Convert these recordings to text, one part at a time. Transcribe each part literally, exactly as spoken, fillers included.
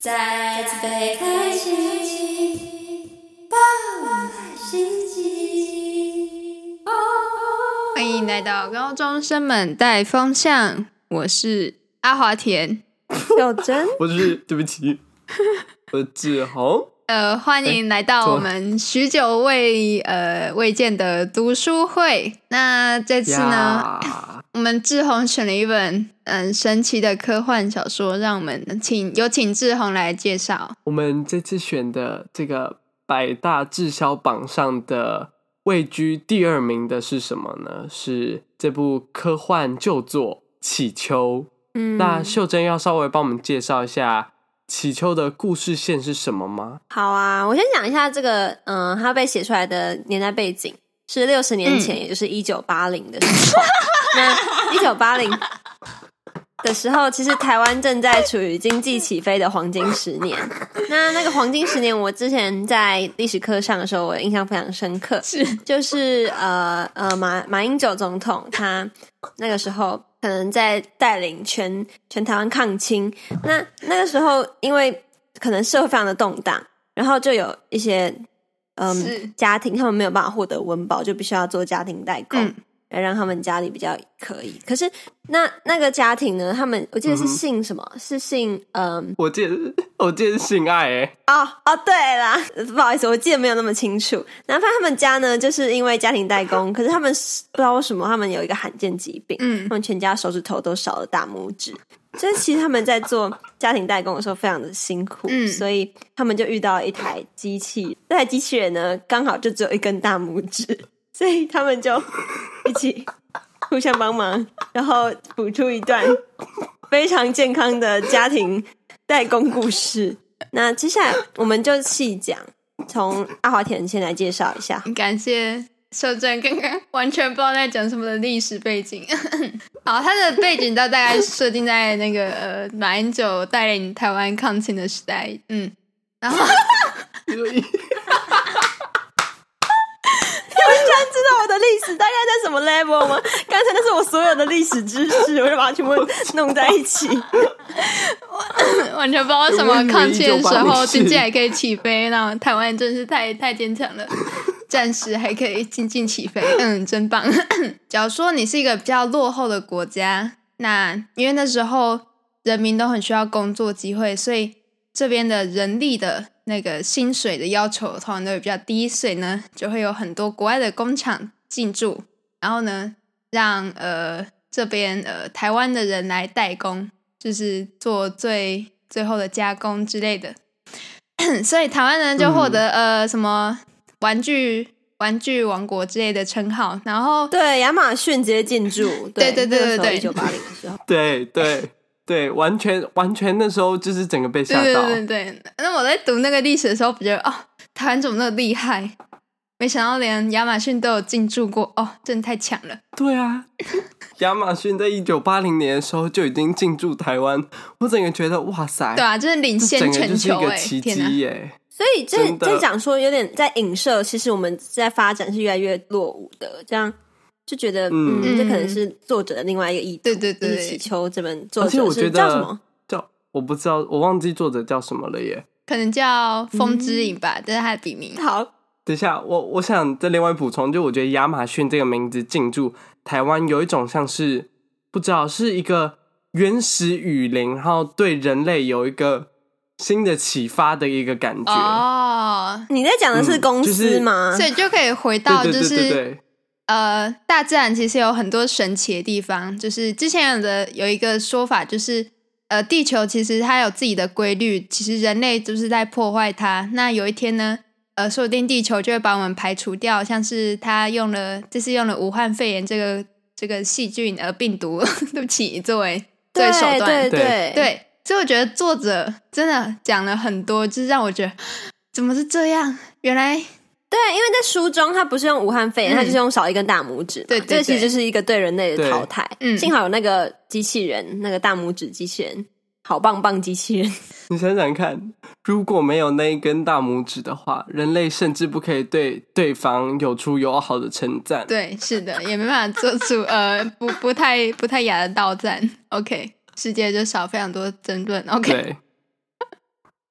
再次被开启，爆满心机。 欢迎来到高中生们带风向，我是阿华田， 小珍， 我是对不起，我是志宏。 呃，欢迎来到我们许久未呃未见的读书会。那这次呢，我们志宏选了一本嗯神奇的科幻小说，让我们请有请志宏来介绍。 我们这次选的这个百大滞销榜上的位居第二名的是什么呢？是这部科幻旧作《乞秋》。嗯，那秀珍要稍微帮我们介绍一下乞秋的故事线是什么吗？ 好啊，我先讲一下这个，嗯，它被写出来的年代背景是六十年前，嗯、也就是一九八零的时候。那一九八零的时候，其实台湾正在处于经济起飞的黄金十年。那那个黄金十年，我之前在历史课上的时候，我印象非常深刻，是就是呃呃马马英九总统他那个时候可能在带领全全台湾抗清。那那个时候，因为可能社会非常的动荡，然后就有一些嗯家庭他们没有办法获得温饱，就必须要做家庭代工。嗯，来让他们家里比较可以。可是那那个家庭呢，他们我记得是姓什么、嗯、是姓嗯我记得我记得是姓艾诶、欸、 哦哦对啦，不好意思，我记得没有那么清楚。然后他们家呢，就是因为家庭代工，可是他们不知道为什么他们有一个罕见疾病，嗯，他们全家手指头都少了大拇指，所以其实他们在做家庭代工的时候非常的辛苦，嗯，所以他们就遇到一台机器，那台机器人呢刚好就只有一根大拇指，所以他们就一起互相帮忙，然后谱出一段非常健康的家庭代工故事。那接下来我们就细讲，从阿华田先来介绍一下。 感谢秀珍刚刚完全不知道在讲什么的历史背景。好，它的背景大概设定在那个呃马英九带领台湾抗清的时代，嗯，然后。 你们居然知道我的历史大概在什么 level 吗？刚才那是我所有的历史知识，我就把它全部弄在一起。 完全不知道为什么抗清的时候经济还可以起飞，那台湾真是太太坚强了，暂时还可以经济起飞，嗯，真棒。假如说你是一个比较落后的国家，那因为那时候人民都很需要工作机会，所以这边的人力的那个薪水的要求通常都会比较低，所以呢就会有很多国外的工厂进驻，然后呢让呃这边呃台湾的人来代工，就是做最最后的加工之类的。所以台湾人就获得、嗯、呃什么玩具玩具王国之类的称号，然后对亚马逊直接进驻， 对对对对对， 一九八零的时候， 对对。对，完全完全那时候就是整个被吓到。 对对对对，那我在读那个历史的时候，不觉得哦，台湾怎么那么厉害？没想到连亚马逊都有进驻过，哦，真的太强了。 对啊，亚马逊在一九八零年的时候就已经进驻台湾，我整个觉得哇塞， 对啊，真的领先全球， 哎，奇迹耶！ 所以这这讲说有点在影射，其实我们在发展是越来越落伍的，这样。就觉得嗯, 嗯，这可能是作者的另外一个意图。 对对对， 乞秋这本作者是而且我觉得叫什么？ 叫我不知道，我忘记作者叫什么了耶。 可能叫风之影吧，这、嗯、是他的笔名。 好， 等一下，我我想再另外补充，就我觉得亚马逊这个名字进驻台湾，有一种像是不知道是一个原始雨林，然后对人类有一个新的启发的一个感觉。 哦， 你在讲的是公司吗？ 嗯就是、所以就可以回到就是。 对对对对对呃，大自然其实有很多神奇的地方，就是之前有的有一个说法，就是呃，地球其实它有自己的规律，其实人类就是在破坏它。那有一天呢，呃，说不定地球就会把我们排除掉，像是它用了，这是用了武汉肺炎这个这个细菌呃病毒，对不起，作为作为手段， 对对对对，所以我觉得作者真的讲了很多，就是让我觉得怎么是这样，原来。 对，因为在书中他不是用武汉肺炎、嗯、他就是用少一根大拇指， 对， 对, 对， 这其实就是一个对人类的淘汰。 嗯， 幸好有那个机器人，那个大拇指机器人，好棒棒机器人。 你想想看，如果没有那一根大拇指的话，人类甚至不可以对对方有出友好的称赞。 对，是的，也没办法做出呃不不太不太雅的道赞。OK， 世界就少非常多争论。OK。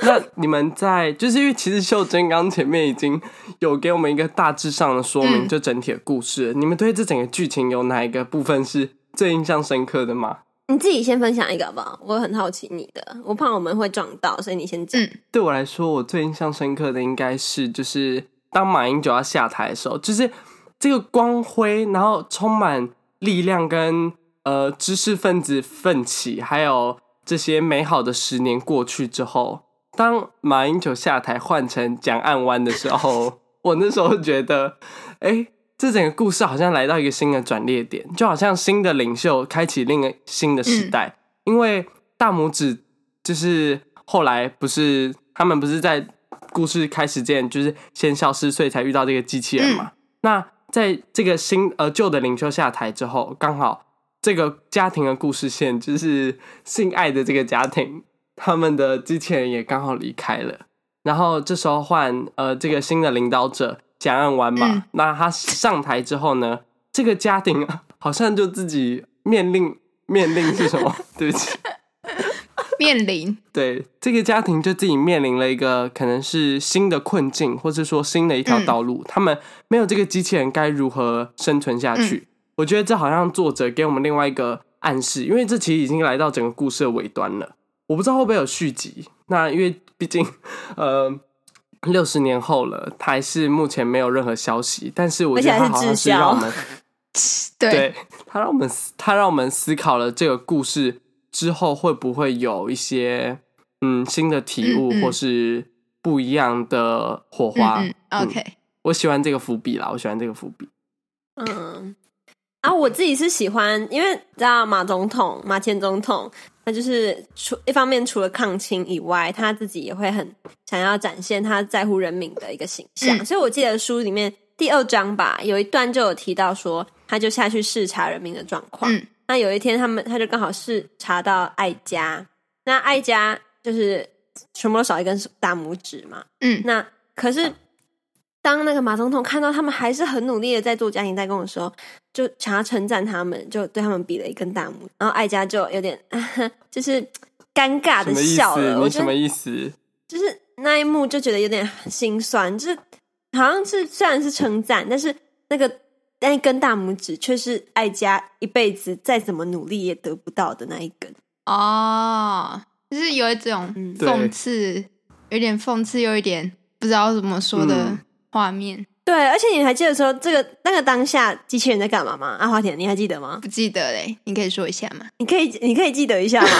那你们在就是因为其实秀珍刚前面已经有给我们一个大致上的说明，嗯、就整体的故事，你们对这整个剧情有哪一个部分是最印象深刻的吗？ 你自己先分享一个好不好？我很好奇你的，我怕我们会撞到，所以你先讲。嗯、 对我来说，我最印象深刻的应该是就是当马英九要下台的时候，就是这个光辉，然后充满力量跟呃知识分子奋起，还有这些美好的十年过去之后，当马英九下台换成蒋万安的时候，我那时候觉得，哎。这整个故事好像来到一个新的转捩点，就好像新的领袖开启另一个新的时代。嗯、因为大拇指就是后来不是他们不是在故事开始之前就是先消失，所以才遇到这个机器人嘛。嗯、那在这个新呃旧的领袖下台之后，刚好这个家庭的故事线就是性爱的这个家庭，他们的机器人也刚好离开了，然后这时候换呃这个新的领导者。蒋万安嘛、嗯，那他上台之后呢，这个家庭好像就自己面临面临是什么？对不起， 面临对这个家庭就自己面临了一个可能是新的困境，或是说新的一条道路。嗯、他们没有这个机器人该如何生存下去？嗯、我觉得这好像作者给我们另外一个暗示，因为这其实已经来到整个故事的尾端了。我不知道会不会有续集。那因为毕竟呃。六十年后了，他还是目前没有任何消息，但是我觉得他好像是让我们， 对, 对他让我们他让我们思考了这个故事之后会不会有一些嗯新的体悟，嗯嗯或是不一样的火花。 嗯嗯 OK，嗯、 我喜欢这个伏笔啦，我喜欢这个伏笔。 嗯，啊，我自己是喜欢，因为你知道马总统、马前总统。他就是除一方面除了抗清以外，他自己也会很想要展现他在乎人民的一个形象，嗯、所以我记得书里面第二章吧，有一段就有提到说，他就下去视察人民的状况。嗯、那有一天他们他就刚好视察到爱家，那爱家就是全部都少一根大拇指嘛。嗯，那可是当那个马总统看到他们还是很努力的在做家庭代工的时候，就想要称赞他们，就对他们比了一根大拇指，然后爱家就有点就是尴尬的笑了。 你什么意思？ 就是那一幕就觉得有点心酸，就是好像是虽然是称赞，但是那个那一根大拇指却是爱家一辈子再怎么努力也得不到的那一根。 哦，就是有一种讽刺，嗯、有点讽刺，又有一点不知道怎么说的画面。嗯对，而且你还记得说这个那个当下机器人在干嘛吗？阿华田，你还记得吗？ 不记得嘞，你可以说一下吗？ 你可以，你可以记得一下吗？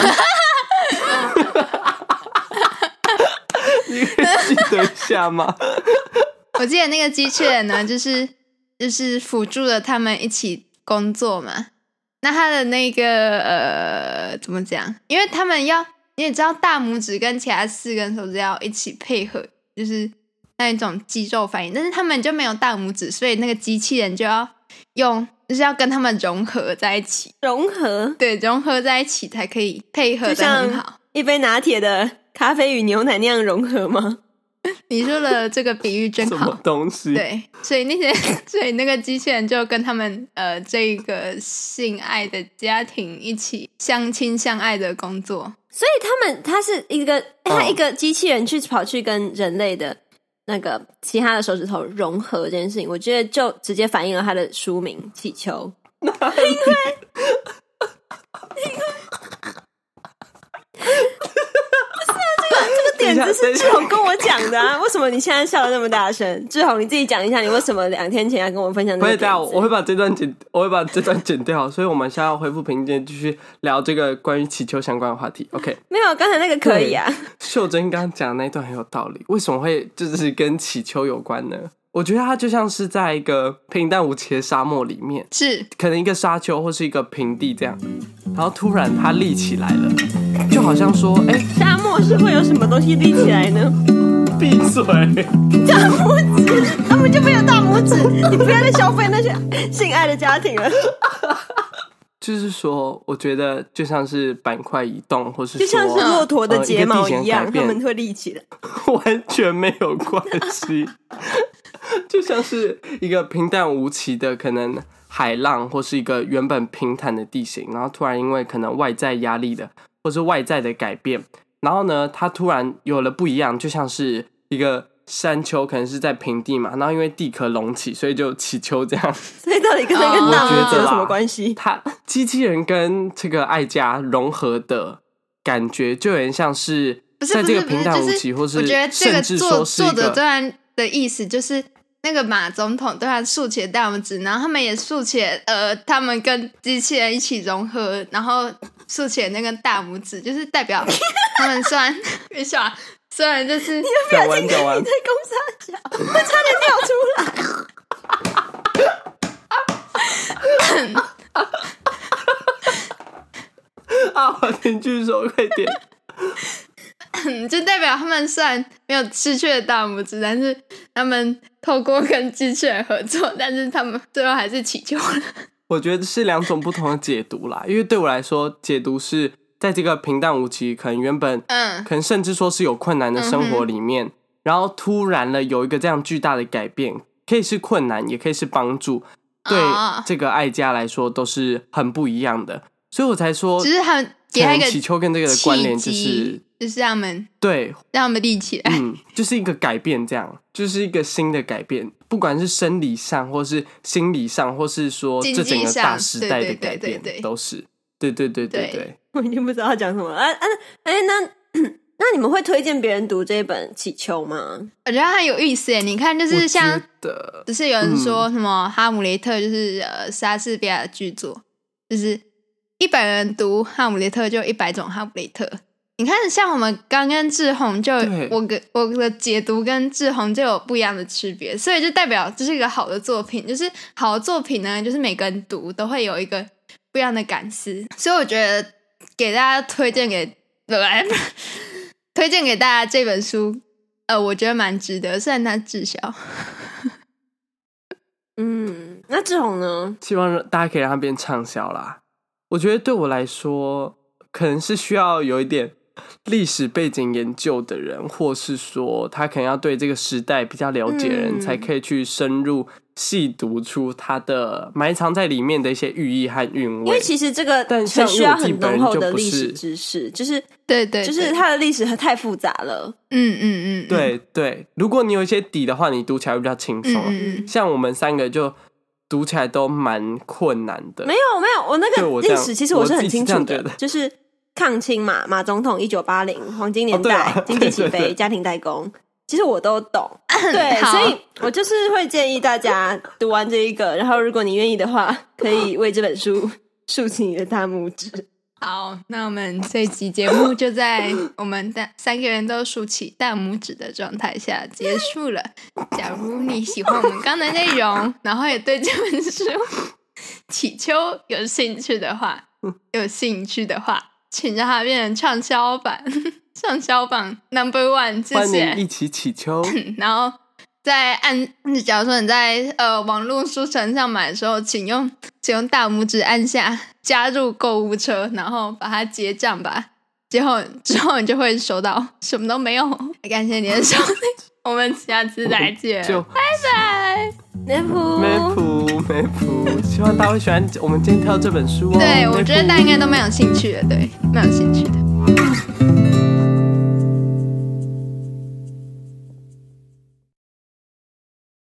你可以记得一下吗？ 我记得那个机器人呢，就是就是辅助了他们一起工作嘛。那他的那个呃，怎么讲？因为他们要，你也知道，大拇指跟其他四根手指要一起配合，就是那一种肌肉反应，但是他们就没有大拇指，所以那个机器人就要用，就是要跟他们融合在一起， 融合， 对，融合在一起才可以配合得很好， 一杯拿铁的咖啡与牛奶那样融合吗？ 你说的这个比喻真好， 什么东西？ 对，所以那些，所以那个机器人就跟他们呃这个性爱的家庭一起相亲相爱的工作， 所以他们他是一个他一个机器人去跑去跟人类的那个其他的手指头融合这件事情，我觉得就直接反映了他的书名《祈求》，因为因为不是啊，这个这个点子是志宏跟我讲的啊，为什么你现在笑得那么大声？志宏，你自己讲一下，你为什么两天前要跟我分享这个点子？ 不会，我会把这段剪，我会把这段剪掉，所以我们现在要恢复平静，继续聊这个关于祈求相关的话题。OK， 没有，刚才那个可以啊。 秀珍刚刚讲的那一段很有道理，为什么会就是跟祈求有关呢？我觉得它就像是在一个平淡无奇的沙漠里面， 是可能一个沙丘或是一个平地这样，然后突然它立起来了，就好像说，哎、欸， 沙漠是会有什么东西立起来呢？ 闭嘴！ 大拇指，他们就没有大拇指，你不要再消费那些性爱的家庭了。 就是说，我觉得就像是板块移动，或是说就像是骆驼的睫毛一样，他、呃、们会立起来， 完全没有关系。就像是一个平淡无奇的可能海浪，或是一个原本平坦的地形，然后突然因为可能外在压力的或是外在的改变， 然后呢，它突然有了不一样，就像是一个山丘，可能是在平地嘛，然后因为地壳隆起，所以就起丘这样。 所以到底跟那个大拇指有什么关系？ 它机器人跟这个爱家融合的感觉，就有点像是在这个平淡无奇，或是我觉得这个甚至说是一作者个突然的意思就是。那个马总统突然竖起了大拇指，然后他们也竖起了呃，他们跟机器人一起融合，然后竖起了那个大拇指，就是代表他们虽然别笑啊，虽然就是讲完讲完， 你在公三小，我差点尿出来。 啊，我请继续说，快点。 就代表他们虽然没有失去了大拇指，但是他们透过跟机器人合作，但是他们最后还是起球了。 我觉得是两种不同的解读啦，因为对我来说，解读是在这个平淡无奇，可能原本，嗯，可能甚至说是有困难的生活里面，嗯、然后突然了有一个这样巨大的改变，可以是困难，也可以是帮助，对这个爱家来说都是很不一样的，所以我才说， 就是他们给他一个祈求跟这个的关联就是。 就是让他们对， 让他们立起来， 嗯，就是一个改变，这样就是一个新的改变，不管是生理上，或是心理上，或是说这整个大时代的改变， 对对对对对都是，对对对对对。 我已经不知道他讲什么了。啊啊，哎，那那你们会推荐别人读这一本《祈求》吗？ 我觉得很有意思耶。你看，就是像，不是有人说什么《哈姆雷特》就是呃莎士比亚的巨作，就是一百人读《哈姆雷特》就一百种哈姆雷特。你看，像我们刚跟志宏就我跟我的解读跟志宏就有不一样的区别，所以就代表这是一个好的作品。就是好的作品呢，就是每个人读都会有一个不一样的感思。所以我觉得给大家推荐给推荐给大家这本书，呃，我觉得蛮值得，虽然它滞销。 嗯，那志宏呢？ 希望大家可以让它变畅销啦。我觉得对我来说，可能是需要有一点。历史背景研究的人，或是说他可能要对这个时代比较了解的人，嗯、才可以去深入细读出它的埋藏在里面的一些寓意和韵味。 因为其实这个很需要很浓厚的历史知识，就是对对， 就是它的历史太复杂了。 嗯嗯嗯， 对对。如果你有一些底的话，你读起来会比较轻松。嗯嗯，像我们三个就读起来都蛮困难的。 没有没有，我那个历史其实我是很清楚的，就是。抗清嘛，马总统一九八零黄金年代、哦啊、经济起飞，对对对，家庭代工，其实我都懂。对，所以我就是会建议大家读完这一个，然后如果你愿意的话，可以为这本书竖起你的大拇指。 好，那我们这一集节目就在我们三个人都竖起大拇指的状态下结束了。假如你喜欢我们刚才的内容，然后也对这本书祈求有兴趣的话，有兴趣的话。请让它变成畅销版，畅销榜 number one， 谢谢。 欢迎一起祈求。 然后在按，假如说你在呃网络书城上买的时候，请用请用大拇指按下加入购物车，然后把它结账吧。之后之后你就会收到什么都没有。感谢你的收听，我们下次再见，拜拜。 梅普梅普梅普，希望大家会喜欢我们今天挑这本书哦。 对，我觉得大家应该都蛮有兴趣的，对，蛮有兴趣的。